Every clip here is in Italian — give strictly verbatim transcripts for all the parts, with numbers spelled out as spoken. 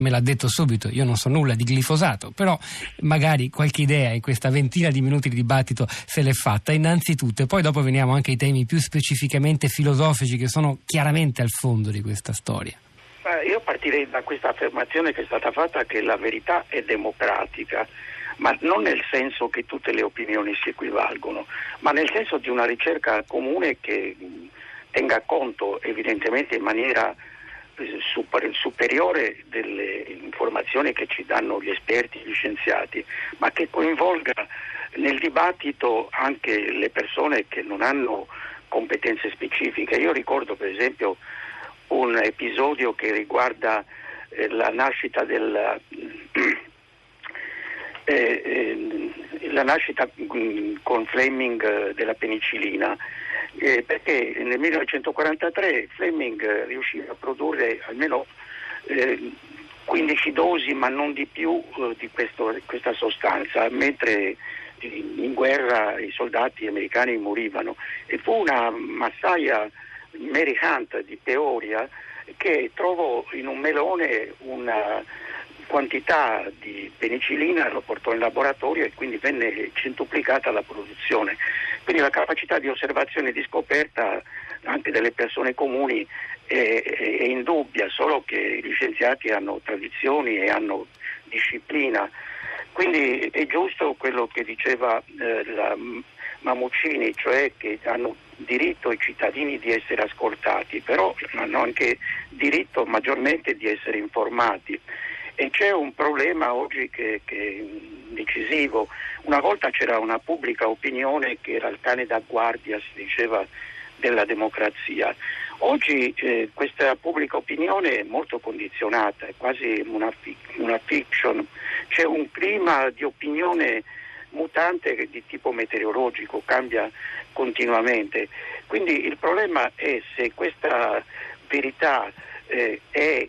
me l'ha detto subito, io non so nulla di glifosato, però magari qualche idea in questa ventina di minuti di dibattito se l'è fatta innanzitutto, e poi dopo veniamo anche ai temi più specificamente filosofici che sono chiaramente al fondo di questa storia. Io partirei da questa affermazione che è stata fatta, che la verità è democratica, ma non nel senso che tutte le opinioni si equivalgono, ma nel senso di una ricerca comune che tenga conto evidentemente in maniera super, superiore delle informazioni che ci danno gli esperti, gli scienziati, ma che coinvolga nel dibattito anche le persone che non hanno competenze specifiche. Io ricordo per esempio un episodio che riguarda eh, la nascita del eh, eh, la nascita mh, con Fleming eh, della penicillina, eh, perché nel millenovecentoquarantatré Fleming eh, riuscì a produrre almeno eh, quindici dosi, ma non di più, eh, di questo, questa sostanza, mentre in guerra i soldati americani morivano, e fu una massaia Mary Hunt di Peoria che trovò in un melone una quantità di penicillina, lo portò in laboratorio e quindi venne centuplicata la produzione. Quindi la capacità di osservazione e di scoperta anche delle persone comuni è, è indubbia, solo che gli scienziati hanno tradizioni e hanno disciplina. Quindi è giusto quello che diceva eh, la Mamuccini, cioè che hanno diritto i cittadini di essere ascoltati, però hanno anche diritto maggiormente di essere informati. E c'è un problema oggi che, che è decisivo. Una volta c'era una pubblica opinione che era il cane da guardia, si diceva, della democrazia. Oggi eh, questa pubblica opinione è molto condizionata, è quasi una, una fiction. C'è un clima di opinione mutante di tipo meteorologico, cambia continuamente. Quindi il problema è se questa verità eh, è,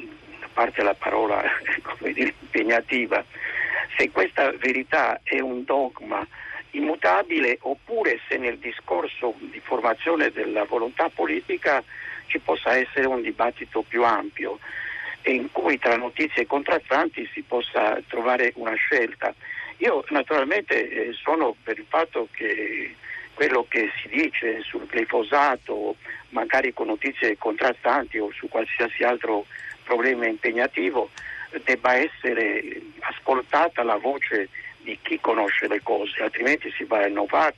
a parte la parola come dire, impegnativa, se questa verità è un dogma immutabile, oppure se nel discorso di formazione della volontà politica ci possa essere un dibattito più ampio e in cui tra notizie contrastanti si possa trovare una scelta. Io naturalmente eh, sono per il fatto che quello che si dice sul glifosato, magari con notizie contrastanti o su qualsiasi altro problema impegnativo, debba essere ascoltata la voce di chi conosce le cose, altrimenti si va ai Novax,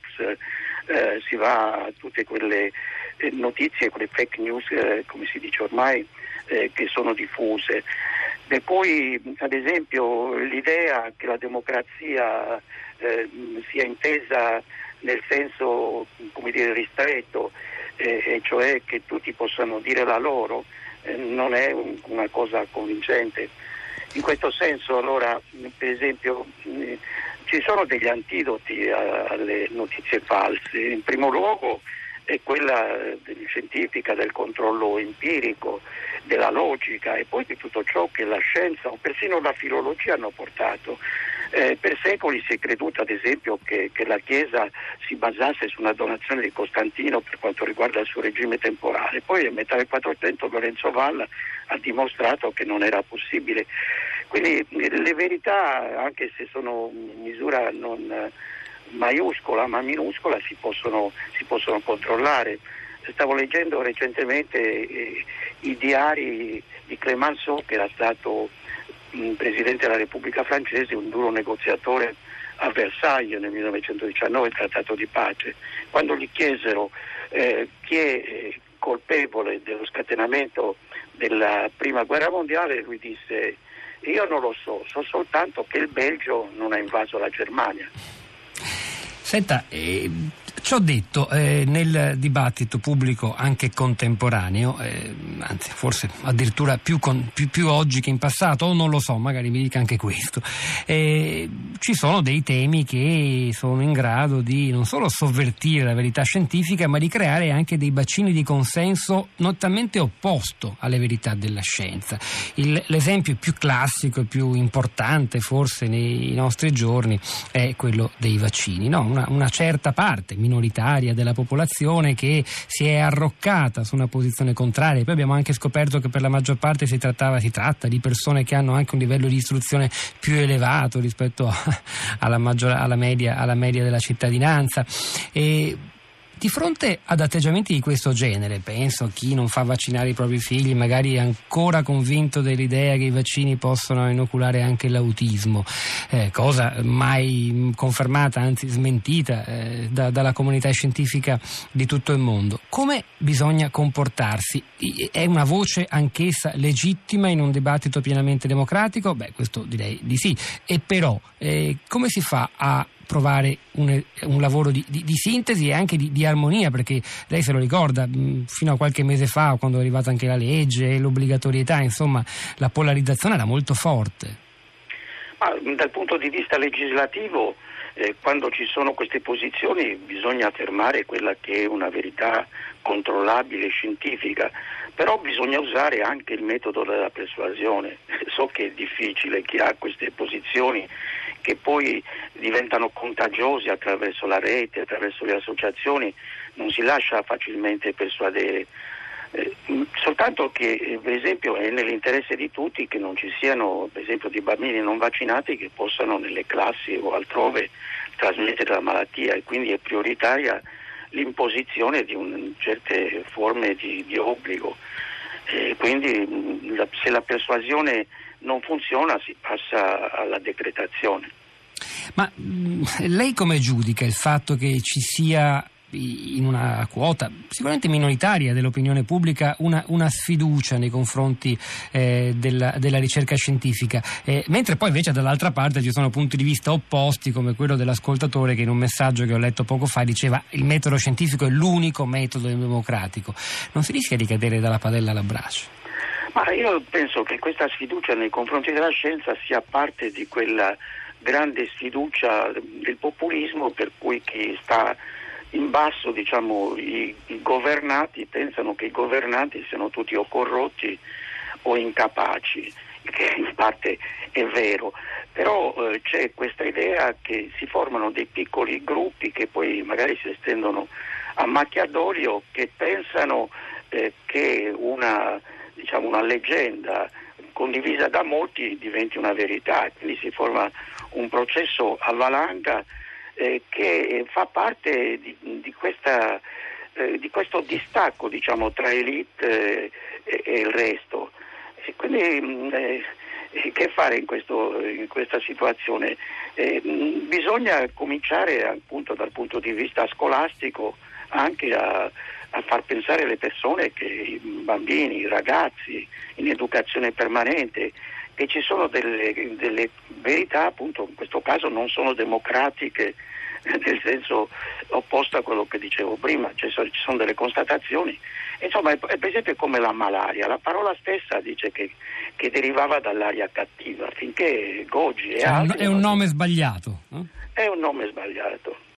eh, si va a tutte quelle eh, notizie, quelle fake news, eh, come si dice ormai, eh, che sono diffuse. Per cui, ad esempio, l'idea che la democrazia eh, sia intesa nel senso, come dire, ristretto, eh, e cioè che tutti possano dire la loro, eh, non è un, una cosa convincente. In questo senso, allora, per esempio, eh, ci sono degli antidoti a, alle notizie false. In primo luogo è quella scientifica, del controllo empirico, della logica, e poi di tutto ciò che la scienza o persino la filologia hanno portato. Eh, per secoli si è creduto, ad esempio, che, che la Chiesa si basasse su una donazione di Costantino per quanto riguarda il suo regime temporale. Poi a metà del Quattrocento Lorenzo Valla ha dimostrato che non era possibile. Quindi le verità, anche se sono in misura non maiuscola ma minuscola, si possono, si possono controllare. Stavo leggendo recentemente eh, i diari di Clemenceau, che era stato mh, presidente della Repubblica francese, un duro negoziatore a Versailles nel millenovecentodiciannove, il trattato di pace. Quando gli chiesero eh, chi è colpevole dello scatenamento della prima guerra mondiale, lui disse: io non lo so, so soltanto che il Belgio non ha invaso la Germania. Senta, eh, ciò detto, eh, nel dibattito pubblico anche contemporaneo, eh, anzi forse addirittura più, con, più, più oggi che in passato, o non lo so, magari mi dica anche questo, eh, ci sono dei temi che sono in grado di non solo sovvertire la verità scientifica, ma di creare anche dei bacini di consenso nettamente opposto alle verità della scienza. Il, l'esempio più classico e più importante forse nei nostri giorni è quello dei vaccini, no? Una, una certa parte, minoritaria della popolazione che si è arroccata su una posizione contraria. Poi abbiamo anche scoperto che per la maggior parte si trattava, si tratta di persone che hanno anche un livello di istruzione più elevato rispetto a, alla, maggior, alla, media, alla media della cittadinanza. E di fronte ad atteggiamenti di questo genere, penso a chi non fa vaccinare i propri figli, magari è ancora convinto dell'idea che i vaccini possono inoculare anche l'autismo, eh, cosa mai confermata, anzi smentita eh, da, dalla comunità scientifica di tutto il mondo. Come bisogna comportarsi? È una voce anch'essa legittima in un dibattito pienamente democratico? Beh, questo direi di sì. E però, eh, come si fa a provare un, un lavoro di, di, di sintesi e anche di, di armonia, perché lei se lo ricorda, mh, fino a qualche mese fa, quando è arrivata anche la legge e l'obbligatorietà, insomma, la polarizzazione era molto forte. Ma, dal punto di vista legislativo, eh, quando ci sono queste posizioni bisogna affermare quella che è una verità controllabile, scientifica, però bisogna usare anche il metodo della persuasione. So che è difficile, chi ha queste posizioni che poi diventano contagiosi attraverso la rete, attraverso le associazioni, non si lascia facilmente persuadere. Eh, soltanto che, eh, per esempio, è nell'interesse di tutti che non ci siano, per esempio, dei bambini non vaccinati che possano nelle classi o altrove trasmettere la malattia, e quindi è prioritaria l'imposizione di un, certe forme di, di obbligo. E quindi mh, la, se la persuasione non funziona si passa alla decretazione. Ma mh, lei come giudica il fatto che ci sia in una quota sicuramente minoritaria dell'opinione pubblica una, una sfiducia nei confronti eh, della, della ricerca scientifica, eh, mentre poi invece dall'altra parte ci sono punti di vista opposti, come quello dell'ascoltatore che in un messaggio che ho letto poco fa diceva il metodo scientifico è l'unico metodo democratico. Non si rischia di cadere dalla padella alla brace? Ma io penso che questa sfiducia nei confronti della scienza sia parte di quella grande sfiducia del populismo, per cui chi sta in basso, diciamo, i, i governati pensano che i governanti siano tutti o corrotti o incapaci, che in parte è vero, però eh, c'è questa idea che si formano dei piccoli gruppi che poi magari si estendono a macchia d'olio, che pensano eh, che una, diciamo, una leggenda condivisa da molti diventi una verità, quindi si forma un processo a valanga Eh, che fa parte di, di, questa, eh, di questo distacco, diciamo, tra elite eh, e, e il resto. E quindi eh, che fare in, questo, in questa situazione? Eh, bisogna cominciare appunto dal punto di vista scolastico anche a, a far pensare le persone, che i bambini, i ragazzi in educazione permanente, che ci sono delle, delle verità, appunto in questo caso non sono democratiche nel senso opposto a quello che dicevo prima, cioè, ci sono delle constatazioni, insomma è, è per esempio come la malaria, la parola stessa dice che, che derivava dall'aria cattiva, finché Goggi e cioè, altri... È un nome sbagliato, no? È un nome sbagliato.